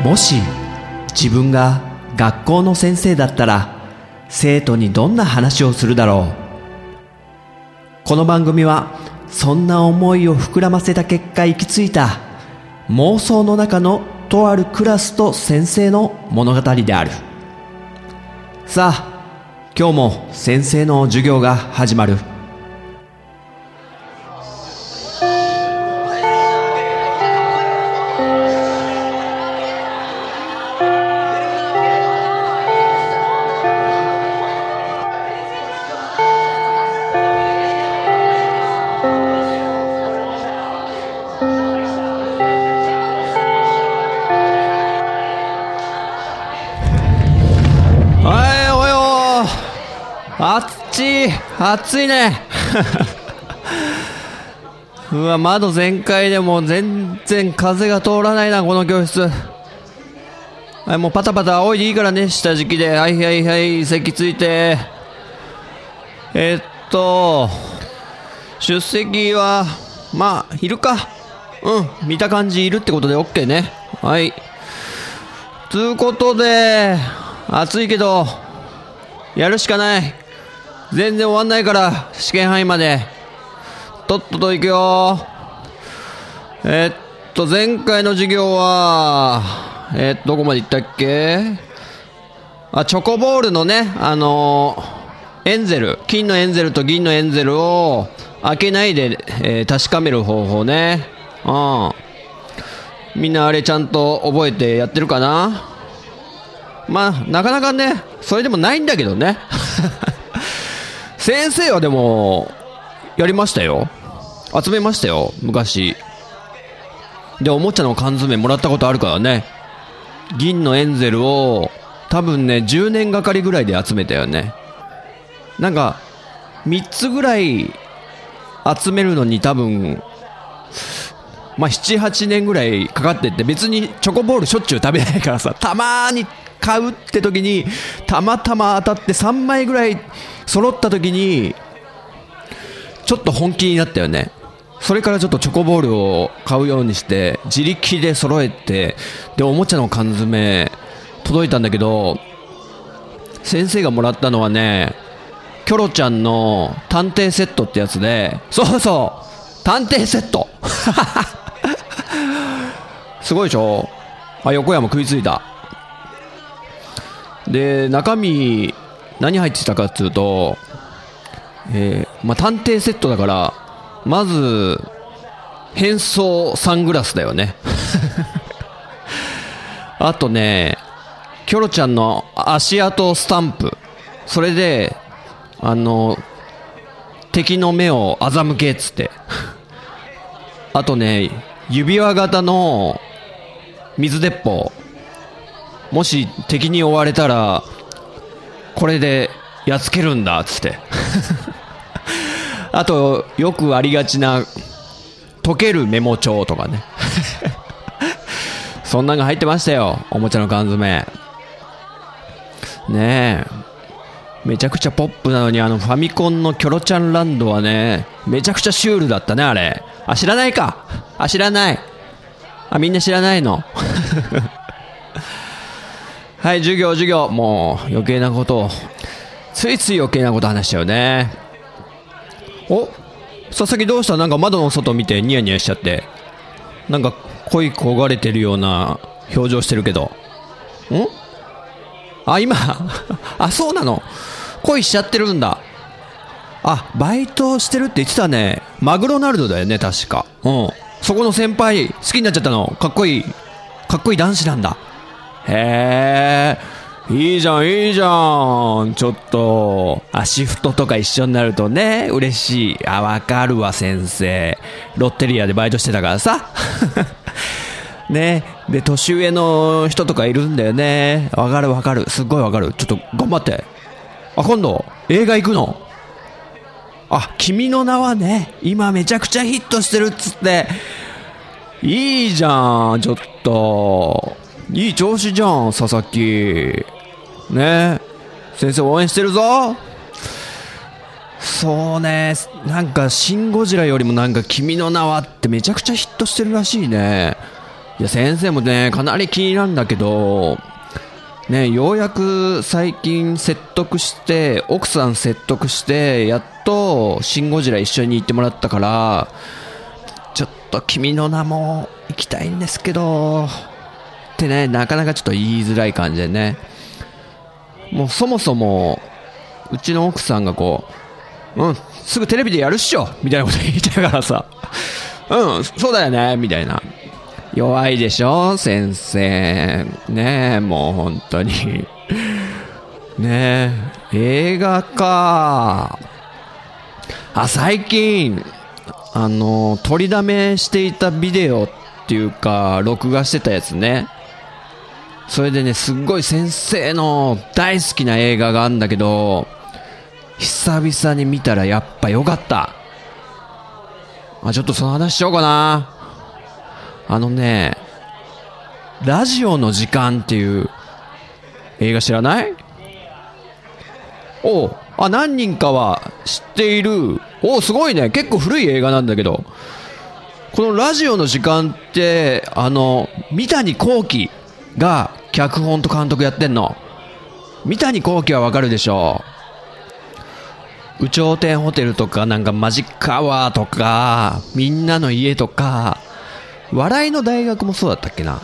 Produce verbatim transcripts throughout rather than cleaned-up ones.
もし自分が学校の先生だったら生徒にどんな話をするだろう。この番組はそんな思いを膨らませた結果行き着いた妄想の中のとあるクラスと先生の物語である。さあ、今日も先生の授業が始まる。あっち暑いねうわ、窓全開でもう全然風が通らないな、この教室。はい、もうパタパタ仰いでいいからね、下敷きで。はいはいはい、席ついて。えっと出席はまあいるか。うん、見た感じいるってことで OK ね。はい、ということで暑いけどやるしかない。全然終わんないから試験範囲までとっとと行くよ。えー、っと前回の授業はえー、っとどこまで行ったっけ。あ、チョコボールのね、あのー、エンゼル、金のエンゼルと銀のエンゼルを開けないで、えー、確かめる方法ね。うん、みんなあれちゃんと覚えてやってるかな。まあなかなかね、それでもないんだけどね先生はでもやりましたよ。集めましたよ、昔。で、おもちゃの缶詰もらったことあるからね。銀のエンゼルを多分ねじゅうねんがかりぐらいで集めたよね。なんかみっつぐらい集めるのに多分まあななはちねんぐらいかかってって、別にチョコボールしょっちゅう食べないからさ、たまーに買うって時にたまたま当たってさんまいぐらい揃った時にちょっと本気になったよね。それからちょっとチョコボールを買うようにして自力で揃えて、でおもちゃの缶詰届いたんだけど、先生がもらったのはね、キョロちゃんの探偵セットってやつで、そうそう探偵セットすごいでしょ。あ、横山食いついた。で中身何入ってたかっていうと、えーまあ、探偵セットだからまず変装サングラスだよねあとね、キョロちゃんの足跡スタンプ、それであの敵の目を欺けっつってあとね、指輪型の水鉄砲、もし敵に追われたらこれでやっつけるんだっつってあとよくありがちな溶けるメモ帳とかねそんなのが入ってましたよ、おもちゃの缶詰ね。えめちゃくちゃポップなのに、あのファミコンのキョロちゃんランドはねめちゃくちゃシュールだったね、あれ。あ、知らないか。あ、知らない。あ、みんな知らないのはい、授業授業、もう余計なことをついつい余計なこと話しちゃうね。お、佐々木どうした。なんか窓の外見てニヤニヤしちゃって、なんか恋焦がれてるような表情してるけど。んあ、今あ、そうなの、恋しちゃってるんだ。あ、バイトしてるって言ってたね。マグロナルドだよね、確か。うん、そこの先輩好きになっちゃったの。かっこいい、かっこいい男子なんだ。へえ、いいじゃんいいじゃん。ちょっとアシフトとか一緒になるとね嬉しい。あ、わかるわ先生、ロッテリアでバイトしてたからさね。で年上の人とかいるんだよね。わかるわかる、すっごいわかる。ちょっと頑張って。あ、今度映画行くの。あ、君の名はね今めちゃくちゃヒットしてるっつって。いいじゃん、ちょっといい調子じゃん佐々木ね。先生応援してるぞ。そうね、なんかシン・ゴジラよりもなんか君の名はってめちゃくちゃヒットしてるらしいね。 いや先生もねかなり気になるんだけどね、ようやく最近説得して奥さん説得してやっとシン・ゴジラ一緒に行ってもらったから、ちょっと君の名も行きたいんですけどってね、なかなかちょっと言いづらい感じでね、もうそもそもうちの奥さんがこう、うんすぐテレビでやるっしょみたいなこと言いたからさ、うんそうだよねみたいな。弱いでしょ先生ねえ、もう本当にねえ、映画か。あ、最近あの取りだめしていたビデオっていうか録画してたやつね、それでねすっごい先生の大好きな映画があるんだけど、久々に見たらやっぱ良かった。あ、ちょっとその話しようかな。あのね、ラジオの時間っていう映画知らない？おう、あ、何人かは知っている。おう、すごいね。結構古い映画なんだけど、このラジオの時間ってあの三谷幸喜が脚本と監督やってんの。三谷幸喜はわかるでしょう。有頂天ホテルとかなんかマジックアワーとかみんなの家とか笑いの大学もそうだったっけな。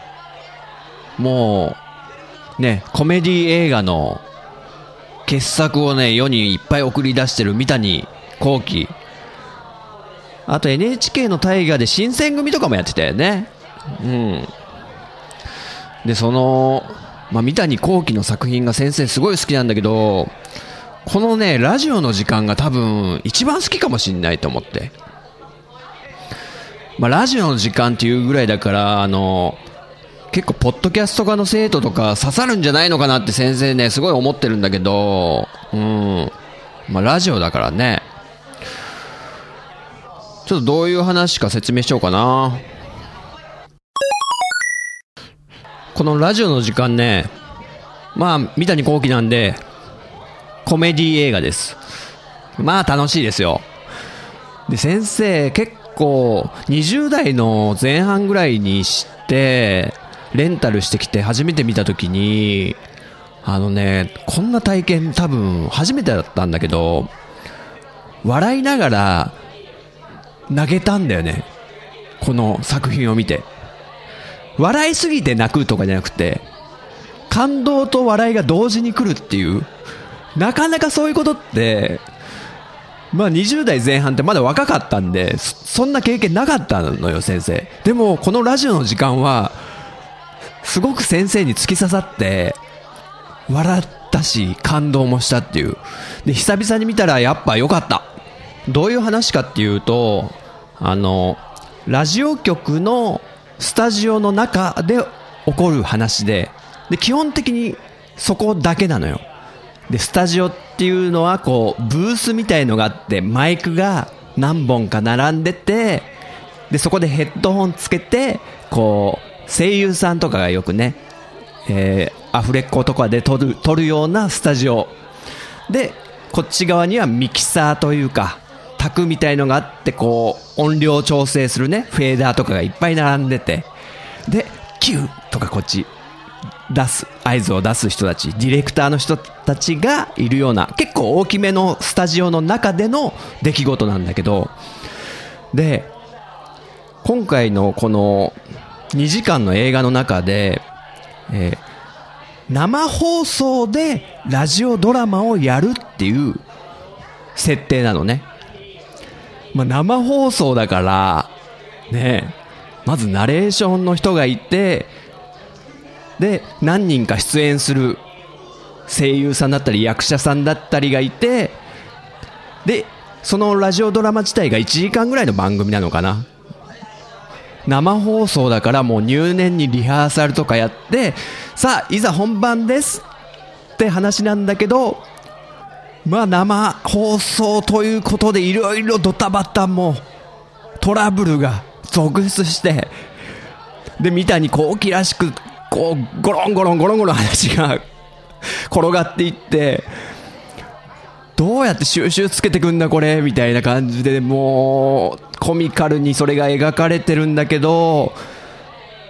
もうね、コメディ映画の傑作をね世にいっぱい送り出してる三谷幸喜。あと エヌエイチケー の大河で新選組とかもやってたよね。うんでその、まあ、三谷幸喜の作品が先生すごい好きなんだけど、このねラジオの時間が多分一番好きかもしんないと思って。まあ、ラジオの時間っていうぐらいだから、あの結構ポッドキャスト科の生徒とか刺さるんじゃないのかなって先生ねすごい思ってるんだけど、うんまあラジオだからね、ちょっとどういう話か説明しようかな。このラジオの時間ね、まあ三谷幸喜なんでコメディ映画です。まあ楽しいですよ。で先生結構構にじゅう代の前半ぐらいに知ってレンタルしてきて初めて見た時に、あのねこんな体験多分初めてだったんだけど、笑いながら泣けたんだよね。この作品を見て笑いすぎて泣くとかじゃなくて、感動と笑いが同時に来るっていう、なかなかそういうことってまあにじゅう代前半ってまだ若かったんで そ, そんな経験なかったのよ先生。でもこのラジオの時間はすごく先生に突き刺さって笑ったし感動もしたっていう。で久々に見たらやっぱ良かった。どういう話かっていうと、あのラジオ局のスタジオの中で起こる話で、で基本的にそこだけなのよ。でスタジオっていうのはこうブースみたいのがあって、マイクが何本か並んでて、でそこでヘッドホンつけてこう声優さんとかがよくね、えー、アフレコとかで撮る、撮るようなスタジオで、こっち側にはミキサーというか卓みたいのがあって、こう音量調整するねフェーダーとかがいっぱい並んでて、でキューとかこっち出す合図を出す人たち、ディレクターの人たちがいるような結構大きめのスタジオの中での出来事なんだけど、で今回のこのにじかんの映画の中で、えー、生放送でラジオドラマをやるっていう設定なのね。まあ、生放送だからね、まずナレーションの人がいて、で何人か出演する声優さんだったり役者さんだったりがいて、でそのラジオドラマ自体がいちじかんぐらいの番組なのかな。生放送だからもう入念にリハーサルとかやって、さあいざ本番ですって話なんだけど、まあ生放送ということでいろいろドタバタもトラブルが続出して、で三谷幸喜らしくこうゴロンゴロンゴロンゴロン話が転がっていって、どうやって収集つけてくんだこれみたいな感じで、もうコミカルにそれが描かれてるんだけど、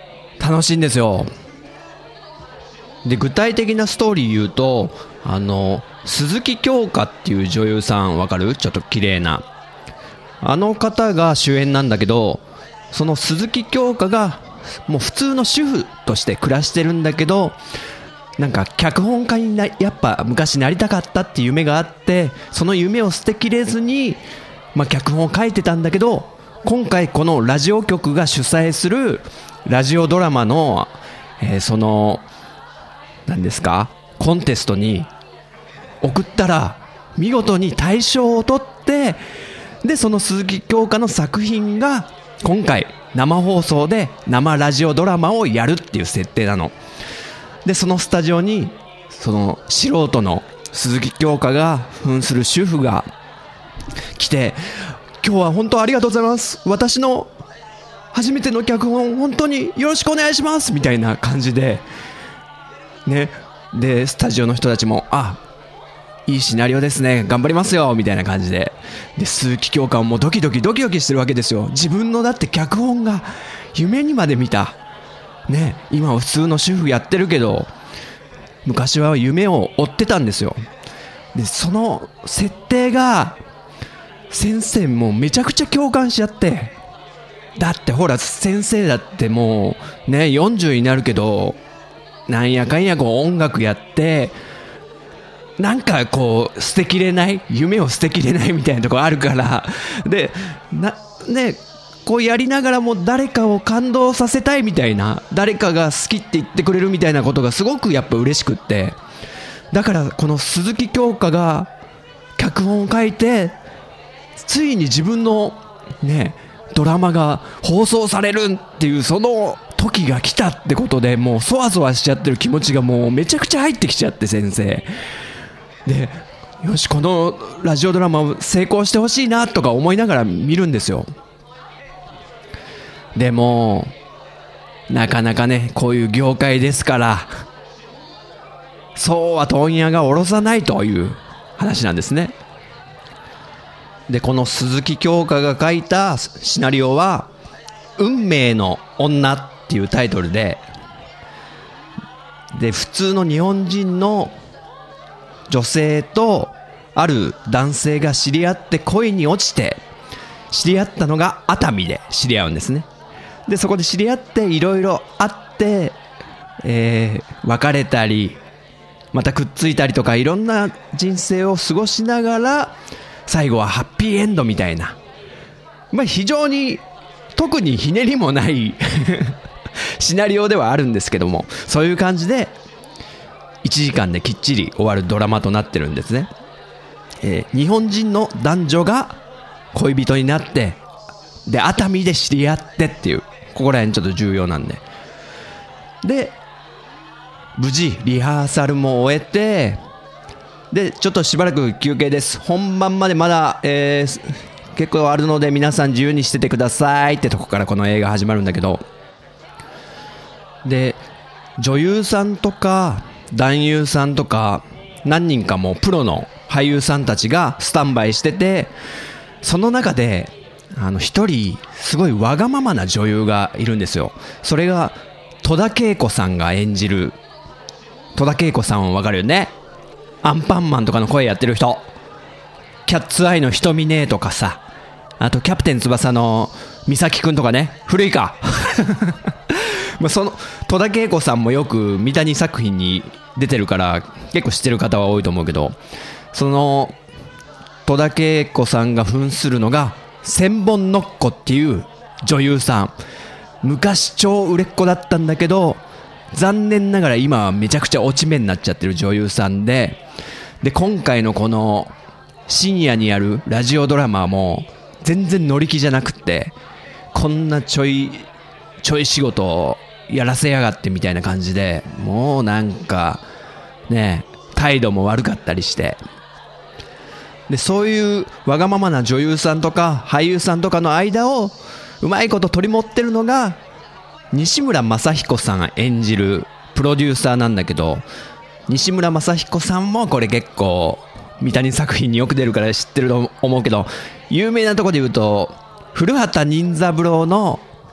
楽しいんですよ。で具体的なストーリー言うと、あの鈴木京香っていう女優さんわかる？ちょっと綺麗なあの方が主演なんだけど、その鈴木京香がもう普通の主婦として暮らしてるんだけど、なんか脚本家になやっぱ昔なりたかったっていう夢があって、その夢を捨てきれずに、まあ、脚本を書いてたんだけど、今回このラジオ局が主催するラジオドラマの、えー、その何ですかコンテストに送ったら見事に大賞を取って、でその鈴木京香の作品が今回生放送で生ラジオドラマをやるっていう設定なので、そのスタジオにその素人の鈴木京香が扮する主婦が来て、今日は本当ありがとうございます、私の初めての脚本本当によろしくお願いしますみたいな感じでね、でスタジオの人たちもあいいシナリオですね頑張りますよみたいな感じで、で鈴木京香もドキドキドキドキしてるわけですよ。自分のだって脚本が夢にまで見たね、今は普通の主婦やってるけど昔は夢を追ってたんですよ。でその設定が先生もめちゃくちゃ共感しちゃって、だってほら先生だってもうねよんじゅうになるけどなんやかんやこう音楽やってなんかこう捨てきれない夢を捨てきれないみたいなところあるから、でなねこうやりながらも誰かを感動させたいみたいな、誰かが好きって言ってくれるみたいなことがすごくやっぱ嬉しくって、だからこの鈴木京香が脚本を書いてついに自分のねドラマが放送されるっていうその時が来たってことで、もうそわそわしちゃってる気持ちがもうめちゃくちゃ入ってきちゃって、先生でよしこのラジオドラマを成功してほしいなとか思いながら見るんですよ。でもなかなかねこういう業界ですからそうは問屋が下ろさないという話なんですね。でこの鈴木京香が書いたシナリオは運命の女っていうタイトルで、で普通の日本人の女性とある男性が知り合って恋に落ちて、知り合ったのが熱海で知り合うんですね。でそこで知り合っていろいろあって、えー、別れたりまたくっついたりとかいろんな人生を過ごしながら最後はハッピーエンドみたいな、まあ、非常に特にひねりもないシナリオではあるんですけども、そういう感じでいちじかんできっちり終わるドラマとなってるんですね。えー、日本人の男女が恋人になってで熱海で知り合ってっていう、ここら辺ちょっと重要なんで、で無事リハーサルも終えて、でちょっとしばらく休憩です、本番までまだ、えー、結構あるので皆さん自由にしててくださいってとこからこの映画始まるんだけど、で女優さんとか男優さんとか何人かもプロの俳優さんたちがスタンバイしてて、その中であの一人すごいわがままな女優がいるんですよ。それが戸田恵子さんが演じる、戸田恵子さんわかるよね、アンパンマンとかの声やってる人、キャッツアイの瞳ねとかさ、あとキャプテン翼の美咲くんとかね、古いかまあその戸田恵子さんもよく三谷作品に出てるから結構知ってる方は多いと思うけど、その戸田恵子さんが扮するのが千本のっこっていう女優さん、昔超売れっ子だったんだけど残念ながら今はめちゃくちゃ落ち目になっちゃってる女優さんで、で今回のこの深夜にやるラジオドラマも全然乗り気じゃなくって、こんなちょいちょい仕事をやらせやがってみたいな感じで、もうなんかね態度も悪かったりして、でそういうわがままな女優さんとか俳優さんとかの間をうまいこと取り持ってるのが西村雅彦さん演じるプロデューサーなんだけど、西村雅彦さんもこれ結構三谷作品によく出るから知ってると思うけど、有名なとこで言うと古畑任三郎の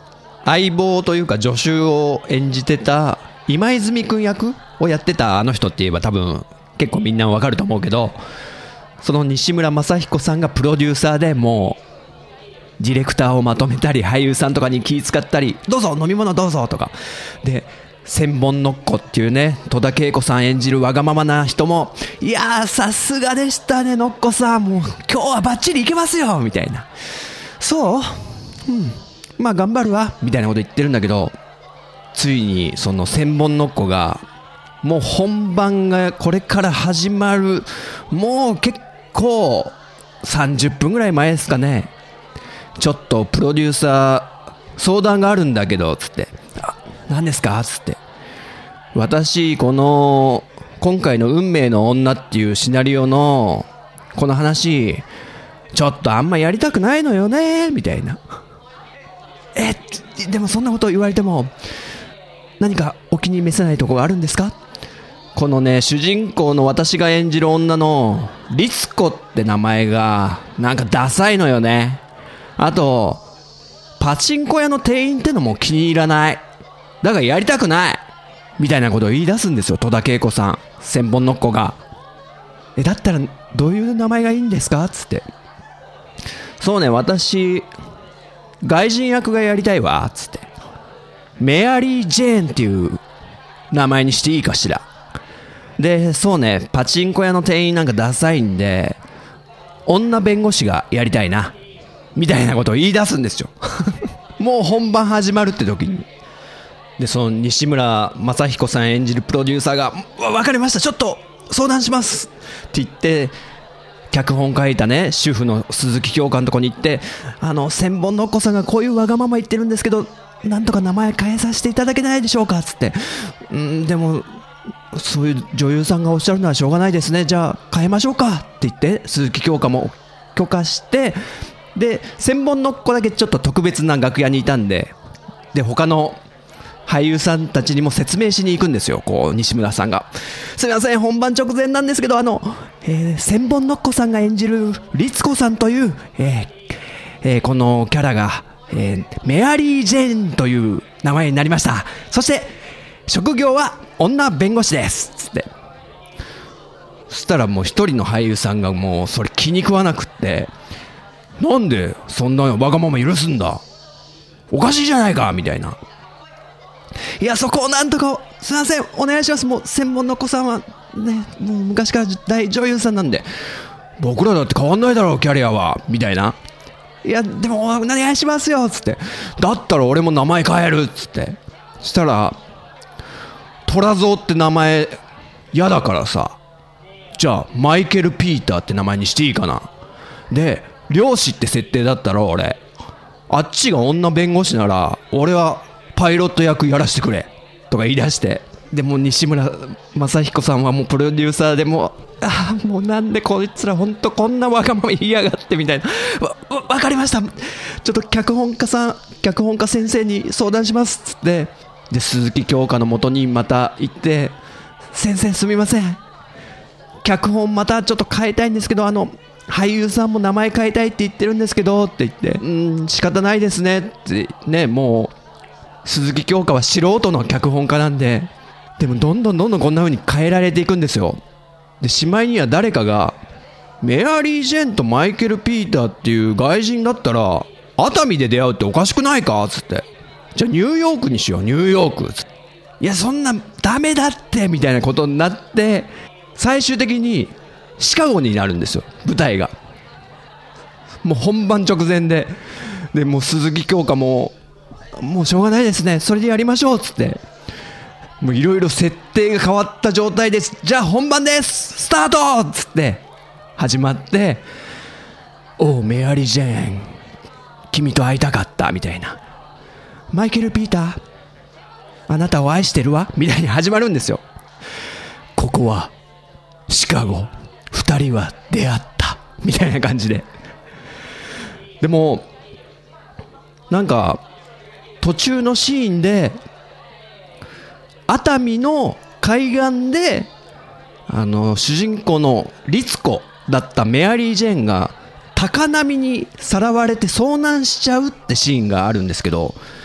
相棒というか助手を演じてた今泉くん役をやってたあの人って言えば多分結構みんなわかると思うけど、その西村雅彦さんがプロデューサーで、もうディレクターをまとめたり俳優さんとかに気遣ったり、どうぞ飲み物どうぞとかで、千本ノッコっていうね戸田恵子さん演じるわがままな人も、いやーさすがでしたねノッコさん、もう今日はバッチリいけますよみたいな、そう、うんまあ頑張るわみたいなこと言ってるんだけど、ついにその千本ノッコがもう本番がこれから始まる、もう結構さんじゅっぷんぐらい前ですかね、ちょっとプロデューサー相談があるんだけどつって、あ、何ですかつって、私この今回の運命の女っていうシナリオのこの話ちょっとあんまやりたくないのよねみたいな。えでもそんなこと言われても何かお気に召せないとこがあるんですか。このね主人公の私が演じる女の律子って名前がなんかダサいのよね。あとパチンコ屋の店員ってのも気に入らない、だからやりたくないみたいなことを言い出すんですよ、戸田恵子さん千本ノッコが。えだったらどういう名前がいいんですかつって、そうね私外人役がやりたいわつって、メアリー・ジェーンっていう名前にしていいかしら。でそうねパチンコ屋の店員なんかダサいんで女弁護士がやりたいなみたいなことを言い出すんですよもう本番始まるって時に。でその西村雅彦さん演じるプロデューサーが分かりましたちょっと相談しますって言って脚本書いたね主婦の鈴木京香のとこに行って、あの千本ノッコさんがこういうわがまま言ってるんですけどなんとか名前変えさせていただけないでしょうかつって、うんでもそういう女優さんがおっしゃるのはしょうがないですね、じゃあ変えましょうかって言って鈴木京香も許可して、で千本ノッコだけちょっと特別な楽屋にいたんで、で他の俳優さんたちにも説明しに行くんですよ、こう西村さんが。すみません本番直前なんですけど、あの、えー、千本ノッコさんが演じる律子さんという、えーえー、このキャラが、えー、メアリー・ジェーンという名前になりました。そして職業は女弁護士ですつって、そしたらもう一人の俳優さんがもうそれ気に食わなくって、なんでそんなわがまま許すんだ、おかしいじゃないかみたいな。いやそこをなんとかすいませんお願いします、もう千本ノッコさんはねもう昔から大女優さんなんで、僕らだって変わんないだろうキャリアはみたいな。いやでもお願いしますよつって、だったら俺も名前変えるっつって、そしたら虎蔵って名前嫌だからさ、じゃあマイケル・ピーターって名前にしていいかな、で漁師って設定だったら俺、あっちが女弁護士なら俺はパイロット役やらせてくれとか言い出して、でも西村雅彦さんはもうプロデューサーでもう、ああもうなんでこいつらほんとこんなわがまま言いやがってみたいな、わ, わ, わかりました、ちょっと脚本家さん脚本家先生に相談しますっつって、で鈴木京香の元にまた行って、先生すみません脚本またちょっと変えたいんですけど、あの俳優さんも名前変えたいって言ってるんですけどって言って、うーん仕方ないですねってね、もう鈴木京香は素人の脚本家なんで、でもどんどんどんどんこんな風に変えられていくんですよ。でしまいには誰かがメアリー・ジェーンとマイケル・ピーターっていう外人だったら熱海で出会うっておかしくないかっつって、じゃあニューヨークにしようニューヨークっつって、いやそんなダメだってみたいなことになって、最終的にシカゴになるんですよ舞台が。もう本番直前で、でもう鈴木京香ももうしょうがないですねそれでやりましょうっつって、もういろいろ設定が変わった状態です、じゃあ本番ですスタートっつって始まって、おうメアリー・ジェーン君と会いたかったみたいな、マイケル・ピーターあなたを愛してるわみたいに始まるんですよ。ここはシカゴ、二人は出会ったみたいな感じで、でもなんか途中のシーンで熱海の海岸であの主人公の律子だったメアリー・ジェーンが高波にさらわれて遭難しちゃうってシーンがあるんですけど、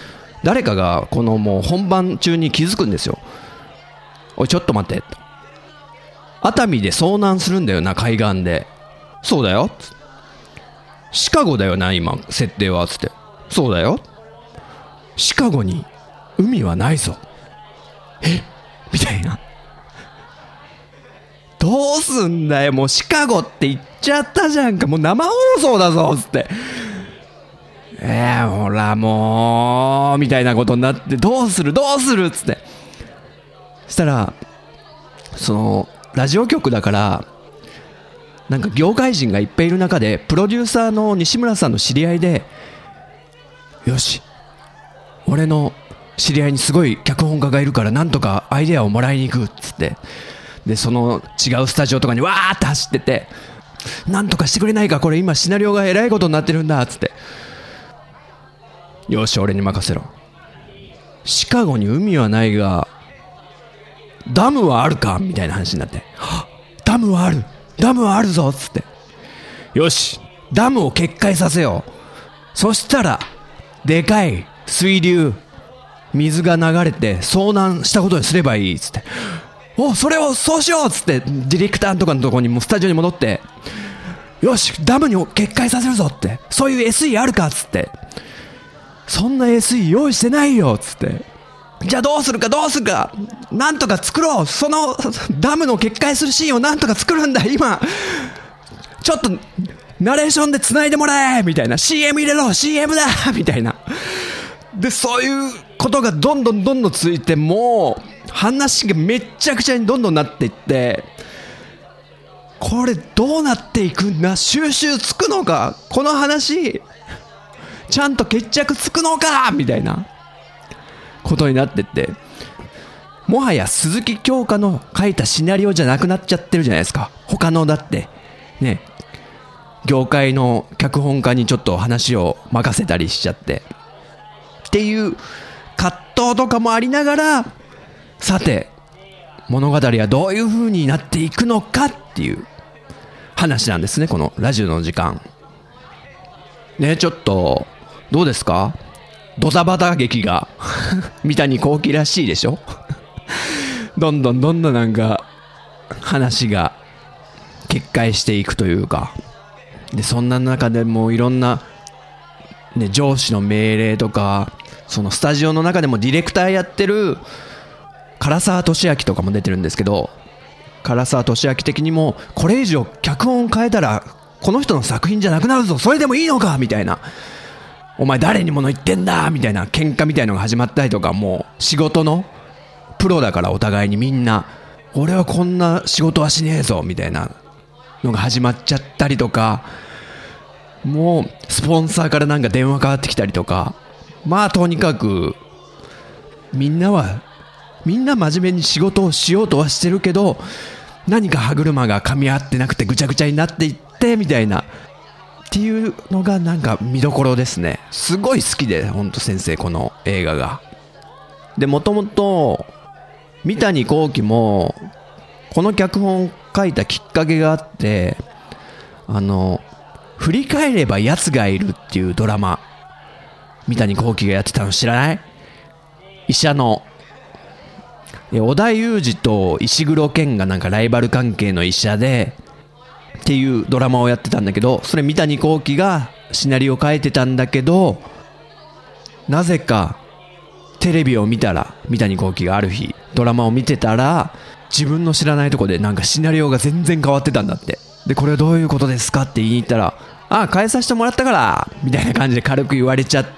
誰かがこのもう本番中に気づくんですよ。おいちょっと待って、熱海で遭難するんだよな海岸で。そうだよ。シカゴだよな今設定はつって。そうだよ。シカゴに海はないぞ。えみたいな。どうすんだよもうシカゴって言っちゃったじゃんか、もう生放送だぞつって、えー、ほらもうみたいなことになって、どうするどうするっつって、そしたらそのラジオ局だからなんか業界人がいっぱいいる中でプロデューサーの西村さんの知り合いで、よし俺の知り合いにすごい脚本家がいるからなんとかアイデアをもらいに行くっつって、でその違うスタジオとかにわーって走ってて、なんとかしてくれないかこれ今シナリオがえらいことになってるんだっつって、よし俺に任せろ、シカゴに海はないがダムはあるかみたいな話になって、ダムはあるダムはあるぞっつって、よしダムを決壊させよう、そしたらでかい水流水が流れて遭難したことにすればいいっつって、おそれをそうしようっつってディレクターとかのところにもスタジオに戻って、よしダムに決壊させるぞって、そういう エスイー あるかっつって、そんな エスイー 用意してないよっつって、じゃあどうするかどうするかなんとか作ろう、そのダムの決壊するシーンをなんとか作るんだ、今ちょっとナレーションで繋いでもらえみたいな、 シーエム 入れろ シーエム だみたいな、でそういうことがどんどんどんどん続いて、もう話がめっちゃくちゃにどんどんなっていって、これどうなっていくんだ、収集つくのか、この話ちゃんと決着つくのかみたいなことになってって、もはや鈴木京香の書いたシナリオじゃなくなっちゃってるじゃないですか。他のだってね業界の脚本家にちょっと話を任せたりしちゃってっていう葛藤とかもありながら、さて物語はどういう風になっていくのかっていう話なんですね、このラジオの時間ね。ちょっとどうですか、ドタバタ劇が三谷幸喜らしいでしょどんどんどんどんなんか話が決壊していくというか、でそんな中でもいろんな、ね、上司の命令とか、そのスタジオの中でもディレクターやってる唐沢寿明とかも出てるんですけど、唐沢寿明的にもこれ以上脚本変えたらこの人の作品じゃなくなるぞ、それでもいいのかみたいな、お前誰に物言ってんだみたいな喧嘩みたいのが始まったりとか、もう仕事のプロだからお互いにみんな俺はこんな仕事はしねえぞみたいなのが始まっちゃったりとか、もうスポンサーからなんか電話かかってきたりとか、まあとにかくみんなはみんな真面目に仕事をしようとはしてるけど、何か歯車が噛み合ってなくてぐちゃぐちゃになっていってみたいなっていうのがなんか見どころですね。すごい好きで本当先生この映画が。でもともと三谷幸喜もこの脚本書いたきっかけがあって、あの振り返れば奴がいるっていうドラマ、三谷幸喜がやってたの知らない？医者の織田裕二と石黒賢がなんかライバル関係の医者でっていうドラマをやってたんだけど、それ三谷幸喜がシナリオを書いてたんだけど、なぜかテレビを見たら、三谷幸喜がある日ドラマを見てたら、自分の知らないとこでなんかシナリオが全然変わってたんだって。でこれはどういうことですかって言いに行ったら、ああ変えさせてもらったからみたいな感じで軽く言われちゃって、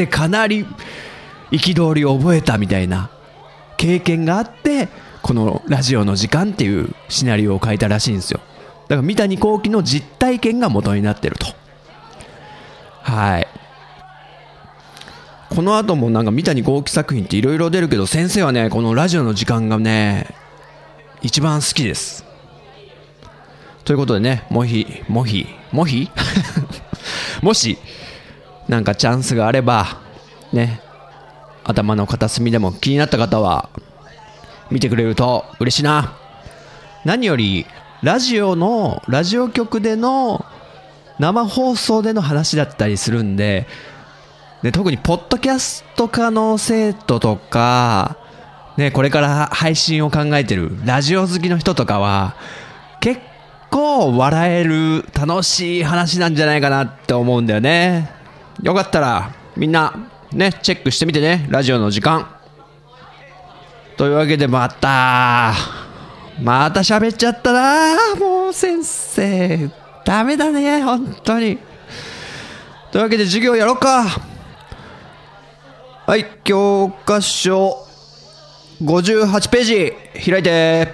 かなり憤りを覚えたみたいな経験があって、このラジオの時間っていうシナリオを書いたらしいんですよ。だから三谷幸喜の実体験が元になってると。はい。この後もなんか三谷幸喜作品っていろいろ出るけど、先生はねこのラジオの時間がね一番好きです。ということでね、もひもひもひもしなんかチャンスがあればね、頭の片隅でも気になった方は見てくれると嬉しいな。何よりラジオのラジオ局での生放送での話だったりするんで、 で特にポッドキャスト科の生徒とか、ね、これから配信を考えてるラジオ好きの人とかは結構笑える楽しい話なんじゃないかなって思うんだよね。よかったらみんなねチェックしてみてね、ラジオの時間。というわけでまたまた喋っちゃったな。もう先生ダメだね本当に。というわけで授業やろうか。はい、教科書ごじゅうはちページ開いて。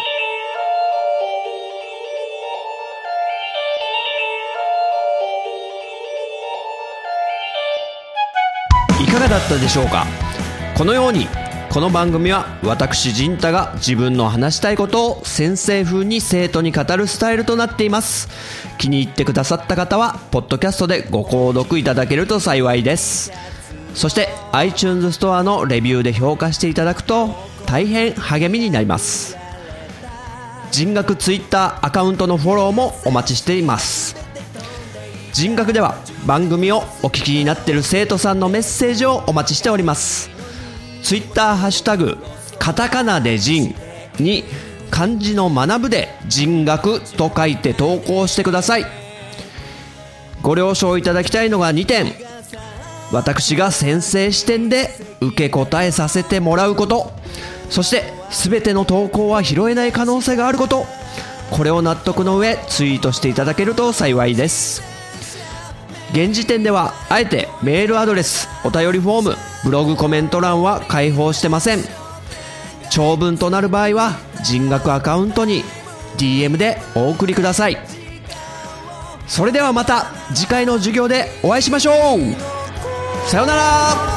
いかがだったでしょうか。このようにこの番組は私陣太が自分の話したいことを先生風に生徒に語るスタイルとなっています。気に入ってくださった方はポッドキャストでご購読いただけると幸いです。そして iTunes ストアのレビューで評価していただくと大変励みになります。人学 Twitter アカウントのフォローもお待ちしています。人学では番組をお聞きになっている生徒さんのメッセージをお待ちしております。Twitter ハッシュタグカタカナで人に漢字の学ぶで人学と書いて投稿してください。ご了承いただきたいのがにてん。私が先生視点で受け答えさせてもらうこと、そして全ての投稿は拾えない可能性があること、これを納得の上ツイートしていただけると幸いです。現時点ではあえてメールアドレス、お便りフォーム、ブログコメント欄は開放してません。長文となる場合は人学アカウントに ディーエム でお送りください。それではまた次回の授業でお会いしましょう。さようなら。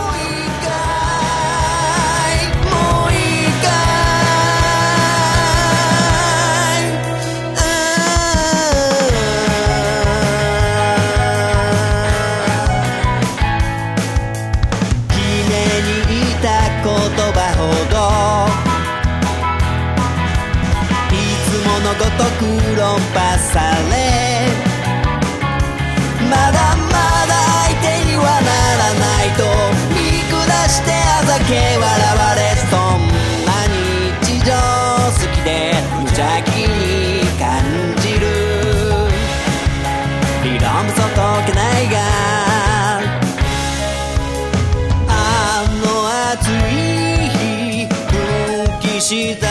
のごとく論破され、まだまだ相手にはならないと見下してあざけ笑われ、そんな日常好きで無邪気に感じる。理論もそう解けないが、あの暑い日、分岐した